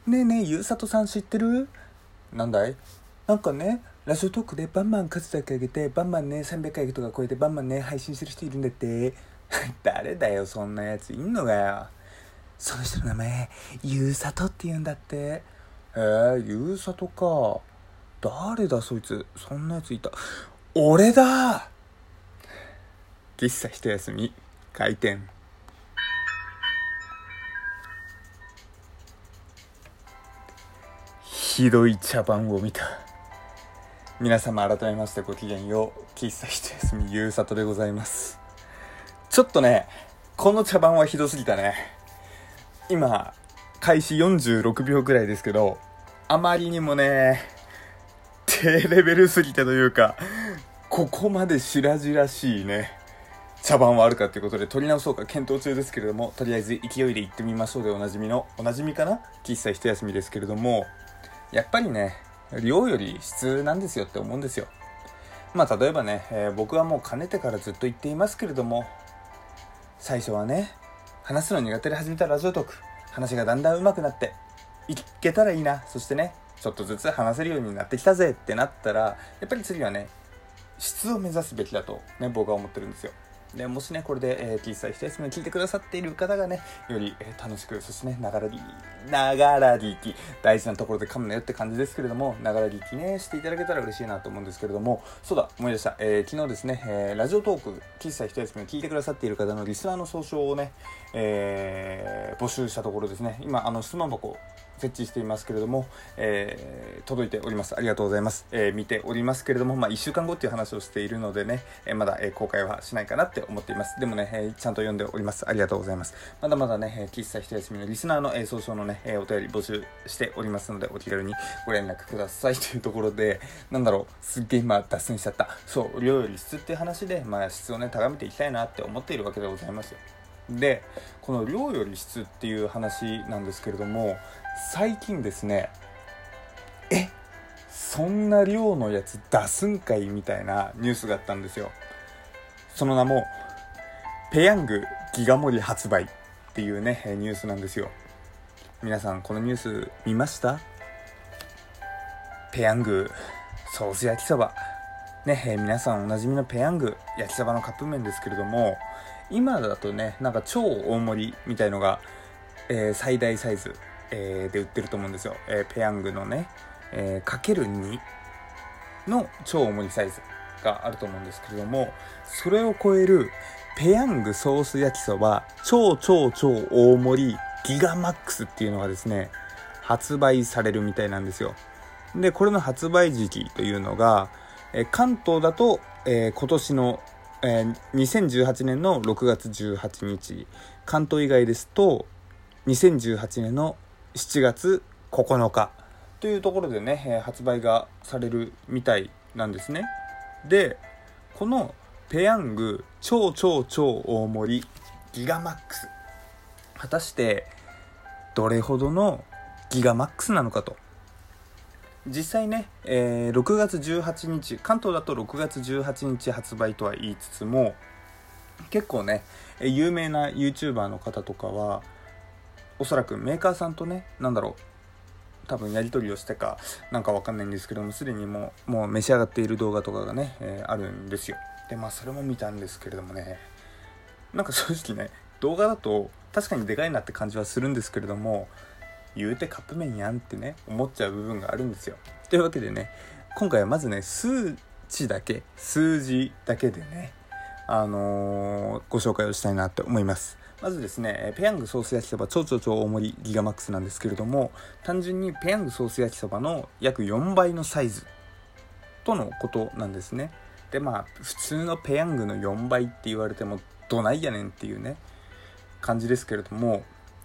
ねえねえ、ゆうさとさん知ってる？なんだい？なんかね、ラジオトークでバンバン数だけ上げて、バンバンね、300回とか超えてバンバンね、配信してる人いるんだって。誰だよ、そんなやついんのかよ。その人の名前、ゆうさとって言うんだって。ゆうさとか。誰だそいつ。そんなやついた。俺だ。喫茶一休み、開店。ひどい茶番を見た。皆様改めましてごきげんよう。喫茶一休みゆうさとでございます。ちょっとね、この茶番はひどすぎたね。今開始46秒くらいですけど、あまりにもね低レベルすぎてというか、ここまで白々しいね茶番はあるかということで取り直そうか検討中ですけれども、とりあえず勢いで行ってみましょうでおなじみかな、喫茶一休みですけれども、やっぱりね、量より質なんですよって思うんですよ。まあ例えばね、僕はもうかねてからずっと言っていますけれども、最初はね、話すの苦手で始めたラジオトーク、話がだんだん上手くなっていけたらいいな、そしてね、ちょっとずつ話せるようになってきたぜってなったら、やっぱり次はね、質を目指すべきだとね、僕は思ってるんですよ。でもしね、これで、喫茶一休みを聞いてくださっている方がね、より、楽しく、そしてね、ながら聞き、大事なところで噛むなよって感じですけれども、ながら聞きね、していただけたら嬉しいなと思うんですけれども、そうだ、思い出した。昨日ですね、ラジオトーク、喫茶一休みを聞いてくださっている方のリスナーの総称をね、募集したところですね、今、質問箱、設置していますけれども、届いております。ありがとうございます。見ておりますけれども、1週間後っていう話をしているのでね、まだ、公開はしないかなって思っています。でもね、ちゃんと読んでおります。ありがとうございます。まだまだね、喫茶一休みのリスナーの、総称のね、お便り募集しておりますので、お気軽にご連絡くださいというところで、すっげえ今脱線しちゃった。そう、量より質っていう話で、質をね、高めていきたいなって思っているわけでございますよ。で、この量より質っていう話なんですけれども、最近ですね、そんな量のやつ出すんかいみたいなニュースがあったんですよ。その名もペヤングギガ盛り発売っていうねニュースなんですよ。皆さんこのニュース見ました？ペヤングソース焼きそばね、皆さんおなじみのペヤング焼きそばのカップ麺ですけれども、今だとね、超大盛りみたいのが、最大サイズ、で売ってると思うんですよ。ペヤングのね、×2 の超大盛りサイズがあると思うんですけれども、それを超えるペヤングソース焼きそば超大盛りギガマックスっていうのがですね、発売されるみたいなんですよ。で、これの発売時期というのが、関東だと、今年の、2018年の6月18日、関東以外ですと2018年の7月9日というところでね、発売がされるみたいなんですね。で、このペヤング超大盛りギガマックス、果たしてどれほどのギガマックスなのかと。実際ね、6月18日、関東だと6月18日発売とは言いつつも、結構ね、有名な YouTuber の方とかはおそらくメーカーさんとね、多分やり取りをしてかわかんないんですけども、すでにもう召し上がっている動画とかがね、あるんですよ。で、それも見たんですけれどもね、正直ね、動画だと確かにでかいなって感じはするんですけれども、言うてカップ麺やんってね思っちゃう部分があるんですよ。というわけでね、今回はまずね、数字だけでね、ご紹介をしたいなって思います。まずですね、ペヤングソース焼きそば超大盛りギガマックスなんですけれども、単純にペヤングソース焼きそばの約4倍のサイズとのことなんですね。で、普通のペヤングの4倍って言われてもどないやねんっていうね感じですけれども、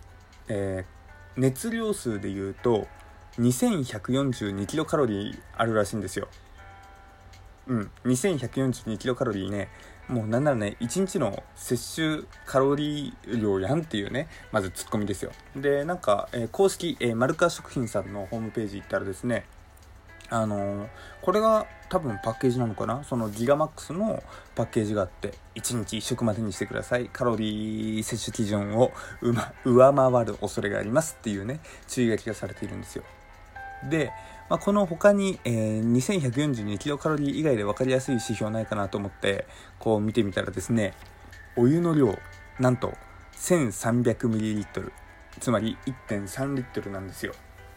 熱量数でいうと2142キロカロリーあるらしいんですよ。2142キロカロリーね、もうなんならね、1日の摂取カロリー量やんっていうね、まずツッコミですよ。で、公式、マルカ食品さんのホームページ行ったらですね、 これが多分パッケージなのかな。そのギガマックスのパッケージがあって、1日1食までにしてください、カロリー摂取基準を上回る恐れがありますっていうね、注意書きがされているんですよ。で、この他に、2142キロカロリー以外で分かりやすい指標ないかなと思ってこう見てみたらですね、お湯の量なんと 1300ml、 つまり 1.3 リットルなんですよ。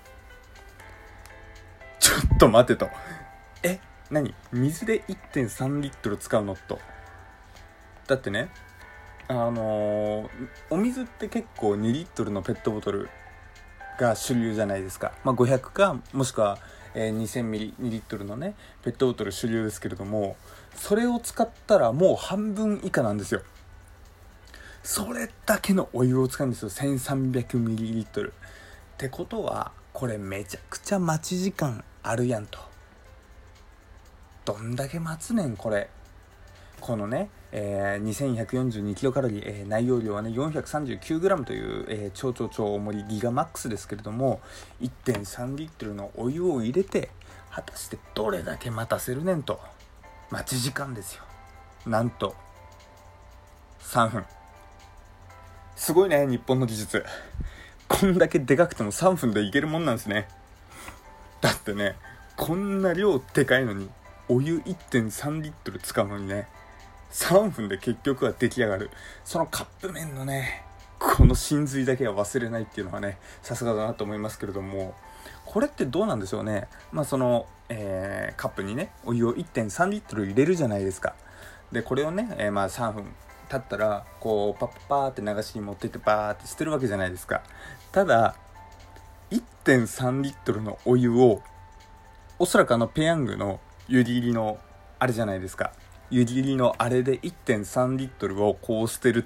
ちょっと待てと、何、水で 1.3 リットル使うのと。だってね、お水って結構2リットルのペットボトルが主流じゃないですか。500かもしくは、2000ミリ2リットルのねペットボトル主流ですけれども、それを使ったらもう半分以下なんですよ。それだけのお湯を使うんですよ、 1300ml ってことは、これめちゃくちゃ待ち時間あるやんと。どんだけ待つねんこれ。このね、2142キロカロリー、内容量はね 439g という、超重りギガマックスですけれども、 1.3 リットルのお湯を入れて果たしてどれだけ待たせるねんと。待ち時間ですよ、なんと3分。すごいね、日本の技術。こんだけでかくても3分でいけるもんなんですね。だってね、こんな量でかいのにお湯 1.3 リットル使うのにね、3分で結局は出来上がる。そのカップ麺のね、この真髄だけは忘れないっていうのはね、さすがだなと思いますけれども、これってどうなんでしょうね。その、カップにねお湯を 1.3 リットル入れるじゃないですか。でこれをね、3分経ったらこうパッパーって流しに持ってってバーって捨てるわけじゃないですか。ただ 1.3 リットルのお湯を、おそらくペヤングの湯切りのあれじゃないですか、湯切りのあれで 1.3 リットルをこう捨てるって、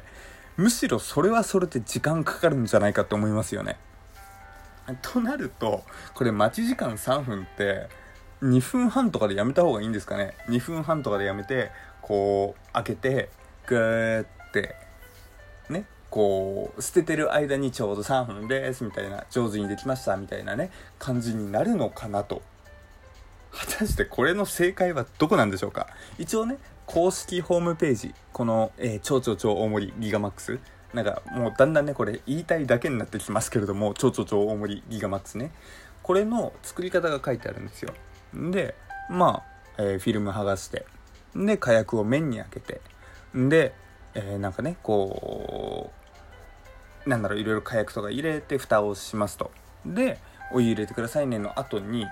むしろそれはそれで時間かかるんじゃないかと思いますよね。となると、これ待ち時間3分って2分半とかでやめた方がいいんですかね。2分半とかでやめて、こう開けてグーってね、こう捨ててる間にちょうど3分ですみたいな、上手にできましたみたいなね感じになるのかなと。果たしてこれの正解はどこなんでしょうか。一応ね、公式ホームページ、この、超大盛りギガマックス、なんかもうだんだんねこれ言いたいだけになってきますけれども、超大盛りギガマックスね、これの作り方が書いてあるんですよ。でフィルム剥がして、で火薬を面に開けて、で、なんかねこういろいろ火薬とか入れて蓋をしますと。でお湯入れてくださいねの後に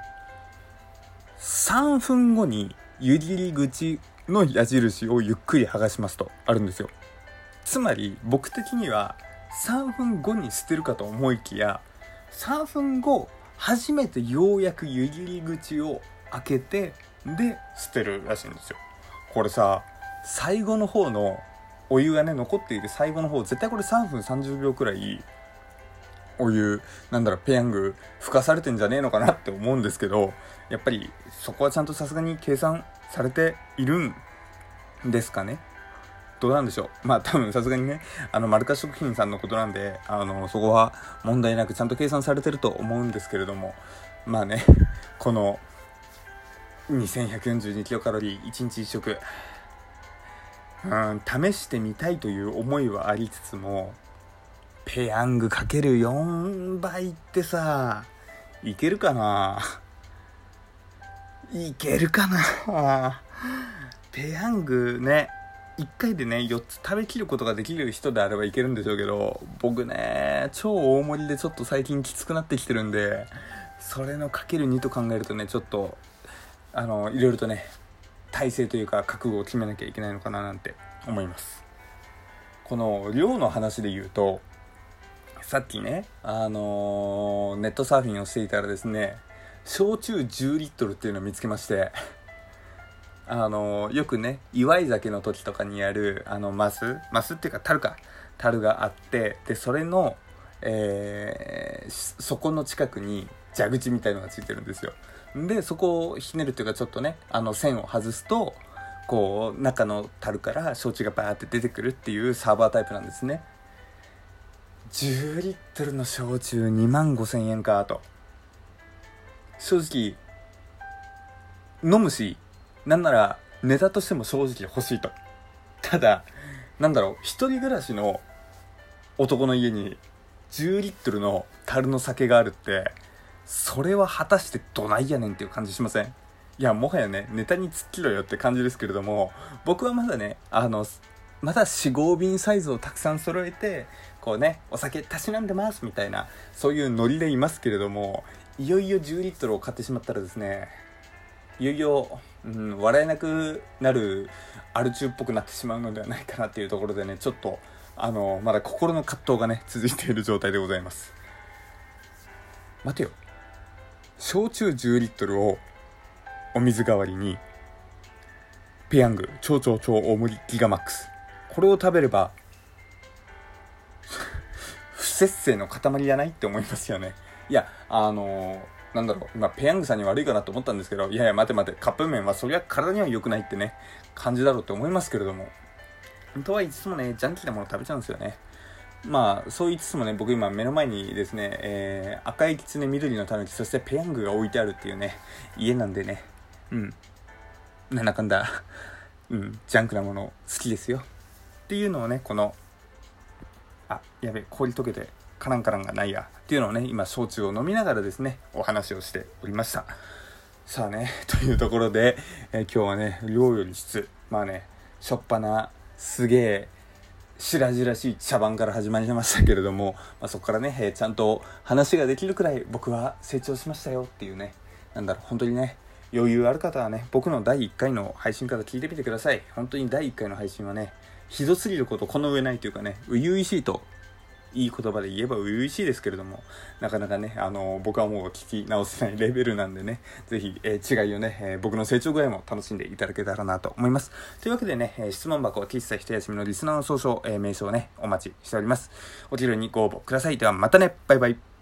3分後に湯切り口の矢印をゆっくり剥がしますとあるんですよ。つまり僕的には3分後に捨てるかと思いきや、3分後初めてようやく湯切り口を開けて、で捨てるらしいんですよ。これさ、最後の方のお湯がね残っている最後の方、絶対これ3分30秒くらいお湯ペヤング吹かされてんじゃねえのかなって思うんですけど、やっぱりそこはちゃんとさすがに計算されているんですかね。どうなんでしょう。多分さすがにねマルカ食品さんのことなんでそこは問題なくちゃんと計算されてると思うんですけれども、この2142キロカロリー1日1食試してみたいという思いはありつつも、ペヤングかける4倍ってさ、いけるかな。ペヤングね、1回でね4つ食べきることができる人であればいけるんでしょうけど、僕ね超大盛りでちょっと最近きつくなってきてるんで、それのかける2と考えるとね、ちょっといろいろとね体制というか覚悟を決めなきゃいけないのかななんて思います。この量の話で言うと、さっきねネットサーフィンをしていたらですね、焼酎10リットルっていうのを見つけまして、よくね祝い酒の時とかにやるマスっていうか樽があって、でそれの、底の近くに蛇口みたいのがついてるんですよ。でそこをひねるっていうか、ちょっとね線を外すとこう中の樽から焼酎がバーって出てくるっていうサーバータイプなんですね。10リットルの焼酎2万5,000円かと。正直飲むし、なんならネタとしても正直欲しいと。ただ一人暮らしの男の家に10リットルの樽の酒があるって、それは果たしてどないやねんっていう感じしません？いや、もはやね、ネタに突っ切ろよって感じですけれども、僕はまだね、まだ4、5瓶サイズをたくさん揃えて、こうね、お酒たしなんでますみたいな、そういうノリでいますけれども、いよいよ10リットルを買ってしまったらですね、いよいよ、笑えなくなるアル中っぽくなってしまうのではないかなっていうところでね、ちょっと、まだ心の葛藤がね、続いている状態でございます。待てよ。焼酎10リットルをお水代わりにペヤング超大盛りギガマックス、これを食べれば不節制の塊じゃないって思いますよね。いや、今ペヤングさんに悪いかなと思ったんですけど、いやいや待て、カップ麺はそりゃ体には良くないってね感じだろうって思いますけれども、とは言いつつもね、ジャンキーなもの食べちゃうんですよね。まあそう言いつつもね、僕今目の前にですね、赤いキツネ、緑のタヌキ、そしてペヤングが置いてあるっていうね家なんでね、なんだかんだジャンクなもの好きですよっていうのをね、このやべ、氷溶けてカランがないやっていうのをね、今焼酎を飲みながらですねお話をしておりました。さあね、というところで、今日はね、量より質、しょっぱなすげえ白々しい茶番から始まりましたけれども、そこからね、ちゃんと話ができるくらい僕は成長しましたよっていうね、本当にね、余裕ある方はね、僕の第1回の配信から聞いてみてください。本当に第1回の配信はね、ひどすぎることこの上ないというかね、初々しいと、いい言葉で言えば初々しいですけれども、なかなかね、僕はもう聞き直せないレベルなんでね、ぜひ、違いをね、僕の成長具合も楽しんでいただけたらなと思います。というわけでね、質問箱、喫茶一休みのリスナーの総称、名称をね、お待ちしております。お気軽にご応募ください。ではまたね、バイバイ。